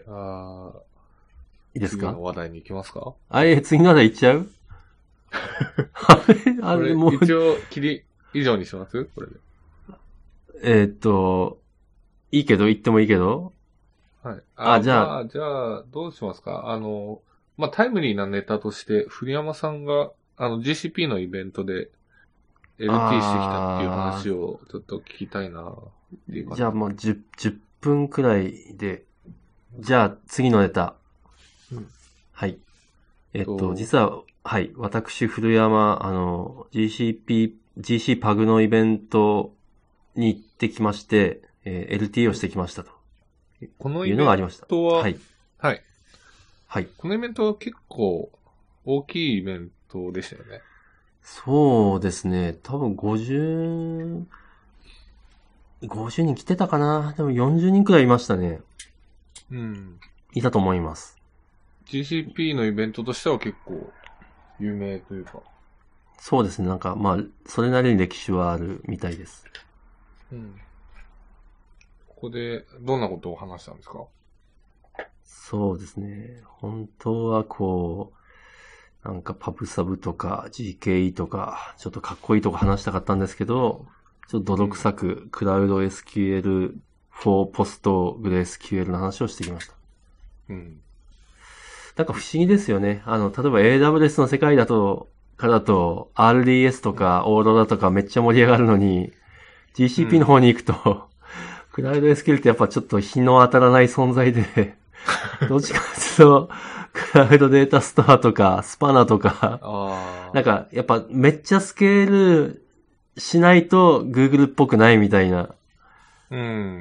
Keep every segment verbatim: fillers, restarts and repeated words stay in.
ああ、 いいですか？ 次の話題に行きますか？ あれ、次の話題行っちゃうあれ、あこれ、 れもう。 一応、切り以上にしますこれで。 えーっと、いいけど、言ってもいいけど。 はい。あ、 あ、じゃあ、 まあ、じゃあ、どうしますか？あの、まあ、タイムリーなネタとして、古山さんが、あの、ジーシーピー のイベントで エルティー してきたっていうあ話をちょっと聞きたいなっていうー、 感じで。 じゃあもうじゅう、じゅっぷんくらいで、じゃあ次のネタ。 うん。 はい。えっと、 と、 実は、はい、私、古山、あの、ジーシーピー、ジーシー パグのイベントに行ってきまして、えー エルティー をしてきましたというのこのイベンがありました。 トは、 はい。 はい。 はい。 このイベントは結構大きいイベントでしたよね。 そうですね。多分ごじゅう、ごじゅうにん来てたかな。でもよんじゅうにんくらいいましたね。 うん。 いたと思います。 ジーシーピー のイベントとしては結構有名というか。 そうですね。なんか、まあ、それなりに歴史はあるみたいです。 うん。ここでどんなことを話したんですか？ そうですね。本当はこう、なんかパブサブとか ジーケーイー とか、ちょっとかっこいいとこ話したかったんですけど、ちょっと泥臭くクラウド エスキューエル for ポストグレース キューエル の話をしてきました。 うん。 なんか不思議ですよね。あの、例えば エーダブリュエス の世界だと、からだと アールディーエス とかオーロラとかめっちゃ盛り上がるのに、ジーシーピー の方に行くと、クラウド エスキューエル ってやっぱちょっと日の当たらない存在で、どっちかというと、クラウドデータストアとか、スパナとか、 あなんか、やっぱめっちゃスケールしないと Google っぽくないみたいな。 う。うん。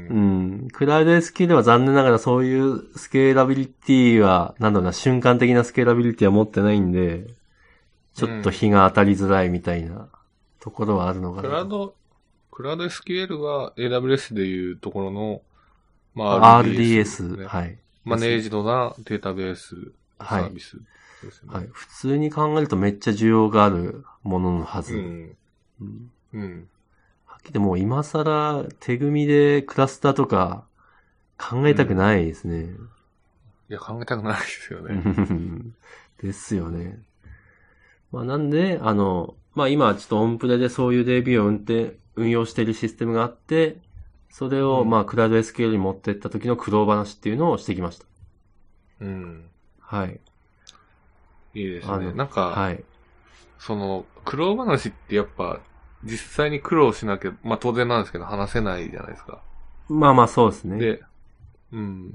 うん。クラウド エスキューエル は残念ながらそういうスケーラビリティは、なんだろうな、瞬間的なスケーラビリティは持ってないんで、ちょっと日が当たりづらいみたいなところはあるのかなと。 クラウド、クラウド エスキューエル は エーダブリュエス でいうところの、まあアールディーエス、 アールディーエス ね。 はい。 マネージドなデータベースサはい。 ービスですね。 はい。普通に考えるとめっちゃ需要があるもののはず。 うん。 うん、 うん。 はっきりもう今更手組みでクラスターとか考えたくないですね。 いや、考えたくないですよね。 ですよね。まあなんで、あの、まあ今ちょっとオンプレでそういう ディービー を運転、運用しているシステムがあって、それをまあクラウド エスキューエル に持っていった時の苦労話っていうのをしてきました。 うん。 はい。 いいですね。 あの、 なんか、 はい。 その、苦労話ってやっぱ、実際に苦労しなきゃ、まあ当然なんですけど話せないじゃないですか。 まあまあそうですね。 で、うん。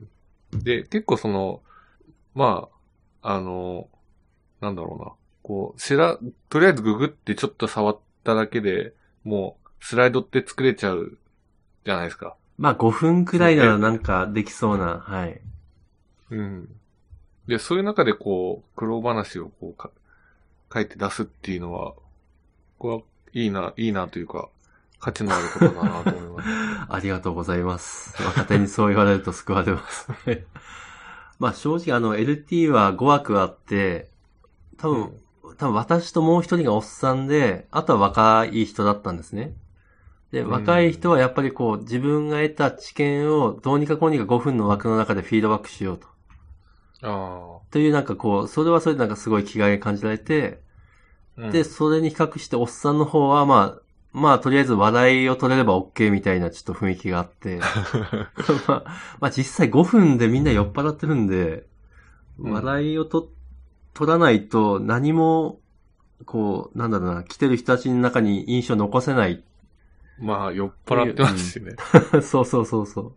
で、結構その、まあ、あの、なんだろうな。こう、しら、とりあえずググってちょっと触っただけで、もう、スライドって作れちゃうじゃないですか。 まあごふんくその、 らいならえ、 なんかできそうな、はい。 うん。で、そういう中でこう、苦労話をこうか、書いて出すっていうのは、これはいいな、いいなというか、価値のあることだなと思います。 ありがとうございます。若手にそう言われると救われます。まあ正直あの エルティー はごわくあって、多分、 うん。 多分私ともう一人がおっさんで、あとは若い人だったんですね。で、 う若い人ん。 はやっぱりこう自分が得た知見をどうにかこうにかごふんの枠の中でフィードバックしようと。 ああ。 というなんかこう、それはそれでなんかすごい気概が感じられて、で、 うん。 それに比較しておっさんの方はまあ、まあとりあえず話題を取れれば OK みたいなちょっと雰囲気があって、まあ、まあ実際ごふんでみんな酔っ払ってるんで、 うん。 笑いをと取らないと何も、こう、なんだろうな、来てる人たちの中に印象残せないまあ、酔っという、 払ってますしね。 うん。そうそうそうそう。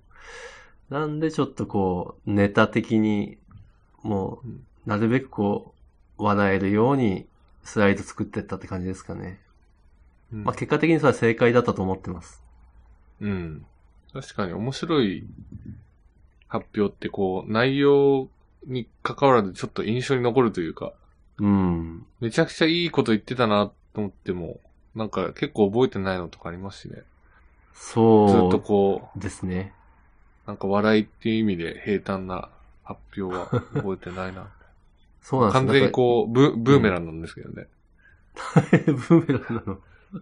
なんでちょっとこう、ネタ的に、もうん。 う、なるべくこう、笑えるようにスライド作ってったって感じですかね。まあうん結果的にそれは正解だったと思ってます。 うん。確かに面白い発表ってこう、内容に関わらずちょっと印象に残るというか、 うん。 めちゃくちゃいいこと言ってたなと思っても、なんか結構覚えてないのとかありますしね。ずっとそこうですね。 う、なんか笑いっていう意味で平坦な発表は覚えてないな。 そうなんですよ。 完全になんか、 こう、ブ、 うん。 ブーメランなんですけどね。 ブーメランなの。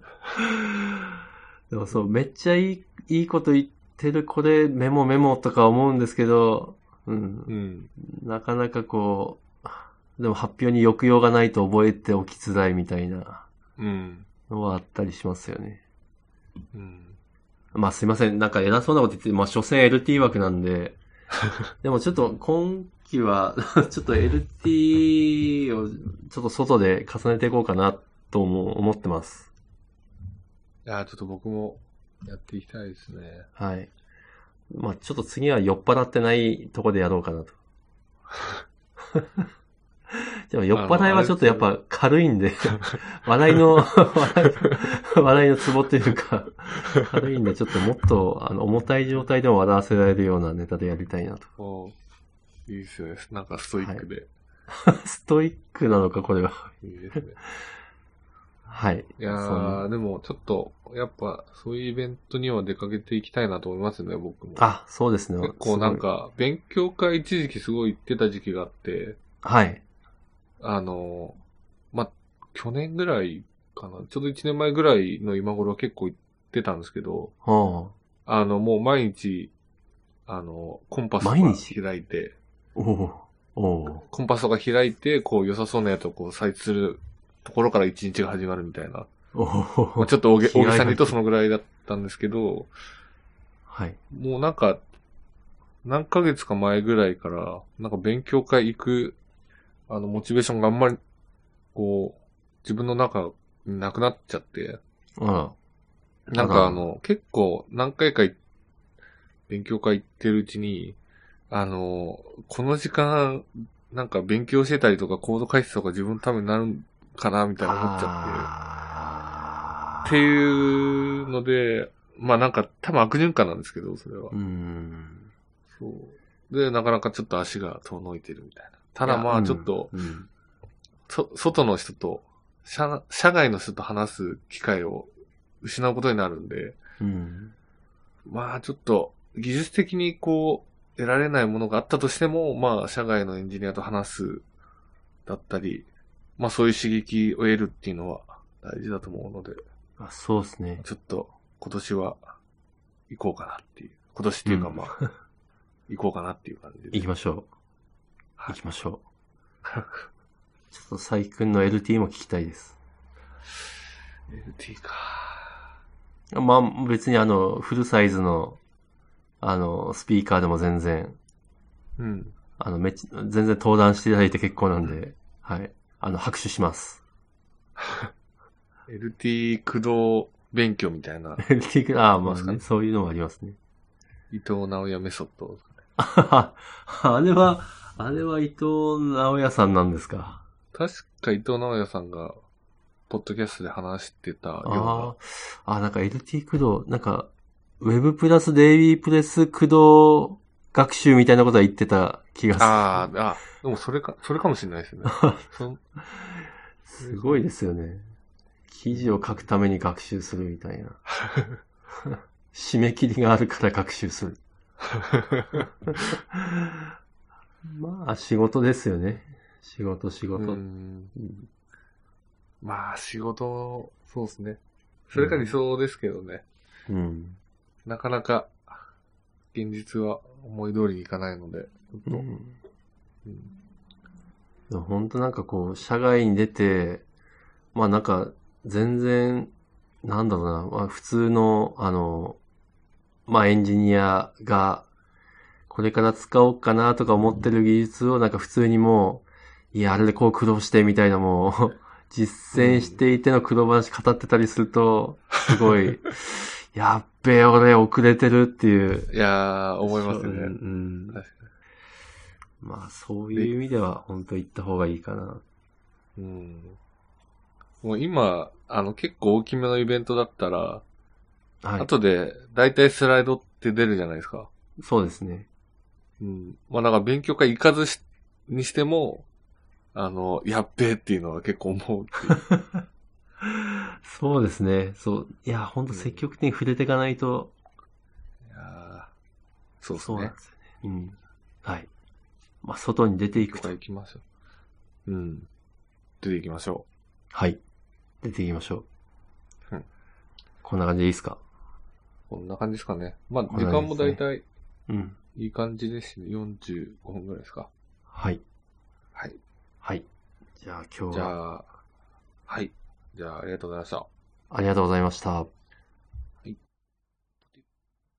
でもそう、めっちゃいい、いいこと言ってる、これメモメモとか思うんですけど、 うん。 うん。 なかなかこう、でも発表に抑揚がないと覚えておきづらいみたいなうん。 のはあったりしますよね。 うん。 まあすいません。なんか偉そうなこと言って、まあ所詮 エルティー 枠なんで、でもちょっと今期は、ちょっと エルティー をちょっと外で重ねていこうかなとも思ってます。 いや、ちょっと僕もやっていきたいですね。 はい。まあちょっと次は酔っ払ってないとこでやろうかなと。でも酔っ払いはちょっとやっぱ軽いんで、笑いの、笑い、笑いのツボっていうか、軽いんでちょっともっとあの重たい状態でも笑わせられるようなネタでやりたいなと。 おいいですよね。なんかストイックで。 はい、ストイックなのか、これは。 いいですね。 はい。 いやー、でもちょっと、やっぱそういうイベントには出かけていきたいなと思いますね、僕も。 あ、そうですね。 結構なんか、勉強会一時期すごい行ってた時期があって、 はい。 あの、ま、去年ぐらいかな、ちょうどいちねんまえぐらいの今頃は結構行ってたんですけど、 はあの、もう毎日、あの、コンパスとか毎日開いて、 おおおコンパスとか開いて、こう良さそうなやつをこう採掘するところから一日が始まるみたいな。 おまあ、ちょっと大げ大げさに言うとそのぐらいだったんですけど、 はい。 もうなんか、何ヶ月か前ぐらいから、なんか勉強会行く、あの、モチベーションがあんまり、こう、自分の中になくなっちゃって、 あら。 なんかあの、結構何回か勉強会行ってるうちに、あの、この時間、なんか勉強してたりとか、コード解説とか自分のためになるかな、みたいな思っちゃって。っていうので、まあなんか多分悪循環なんですけど、それは。 うーん。 そう。で、なかなかちょっと足が遠のいてるみたいな。ただまあちょっと、 うんうん、 そ、外の人と、社、社外の人と話す機会を失うことになるんで、 うん、 まあちょっと、技術的にこう、得られないものがあったとしても、まあ社外のエンジニアと話す、だったり、まあそういう刺激を得るっていうのは大事だと思うので、 あ、そうですね。 ちょっと今年は行こうかなっていう。今年っていうかまあ、うん、行こうかなっていう感じで。 行きましょう。 はい、 行きましょう。ちょっと佐伯くんの エルティー も聞きたいです。 エルティー か。 まあ別にあの、フルサイズのあの、スピーカーでも全然、 うん。 あの、めっちゃ、全然登壇していただいて結構なんで、うん、はい。あの、拍手します。 エルティー 駆動勉強みたいな。 エルティー、ああ、まあね、そういうのもありますね。 伊藤直也メソッド、ね。 あれは、あれは伊藤直也さんなんですか。 確か伊藤直也さんが、ポッドキャストで話してたような。 ああ、なんか エルティー 駆動、なんか、ウェブプラスデイビープレス駆動学習みたいなことは言ってた気がする。 ああ、あ、でもそれか、それかもしれないですね。 すごいですよね。記事を書くために学習するみたいな。締め切りがあるから学習する。まあ、仕事ですよね。仕事、仕事。うんうん、 まあ、仕事、そうですね。それが理想ですけどね。 うん。うんなかなか、現実は思い通りにいかないので、 うんうん、本当なんかこう、社外に出て、まあなんか、全然、なんだろうな、まあ、普通の、あの、まあエンジニアが、これから使おうかなとか思ってる技術をなんか普通にもう、いや、あれでこう苦労してみたいなもう、実践していての苦労話語ってたりすると、すごい、やっべえ、俺遅れてるっていう。 いやー、思いますね。うんうん、確かに。まあ、そういう意味では、本当行った方がいいかな。 うん。もう今、あの、結構大きめのイベントだったら、はい、後で、だいたいスライドって出るじゃないですか。 そうですね。 うん。まあ、なんか勉強会行かずし、にしても、あの、やっべえっていうのは結構思うっていう。 そうですね。そう。いや、ほんと積極的に触れていかないと。 うん、いやそうですね。 そうなんですよね。うん。はい。まあ、外に出ていくと。 行きましょう。うん。出ていきましょう。はい。出ていきましょう。うん。 こんな感じでいいですか？ こんな感じですかね。まあ、時間もだいたい、 うん。 いい感じですね。よんじゅうごふんぐらいですか。 はい。 はい。 はい。じゃあ今日は。 じゃあ、はい。じゃあ、ありがとうございました。 ありがとうございました。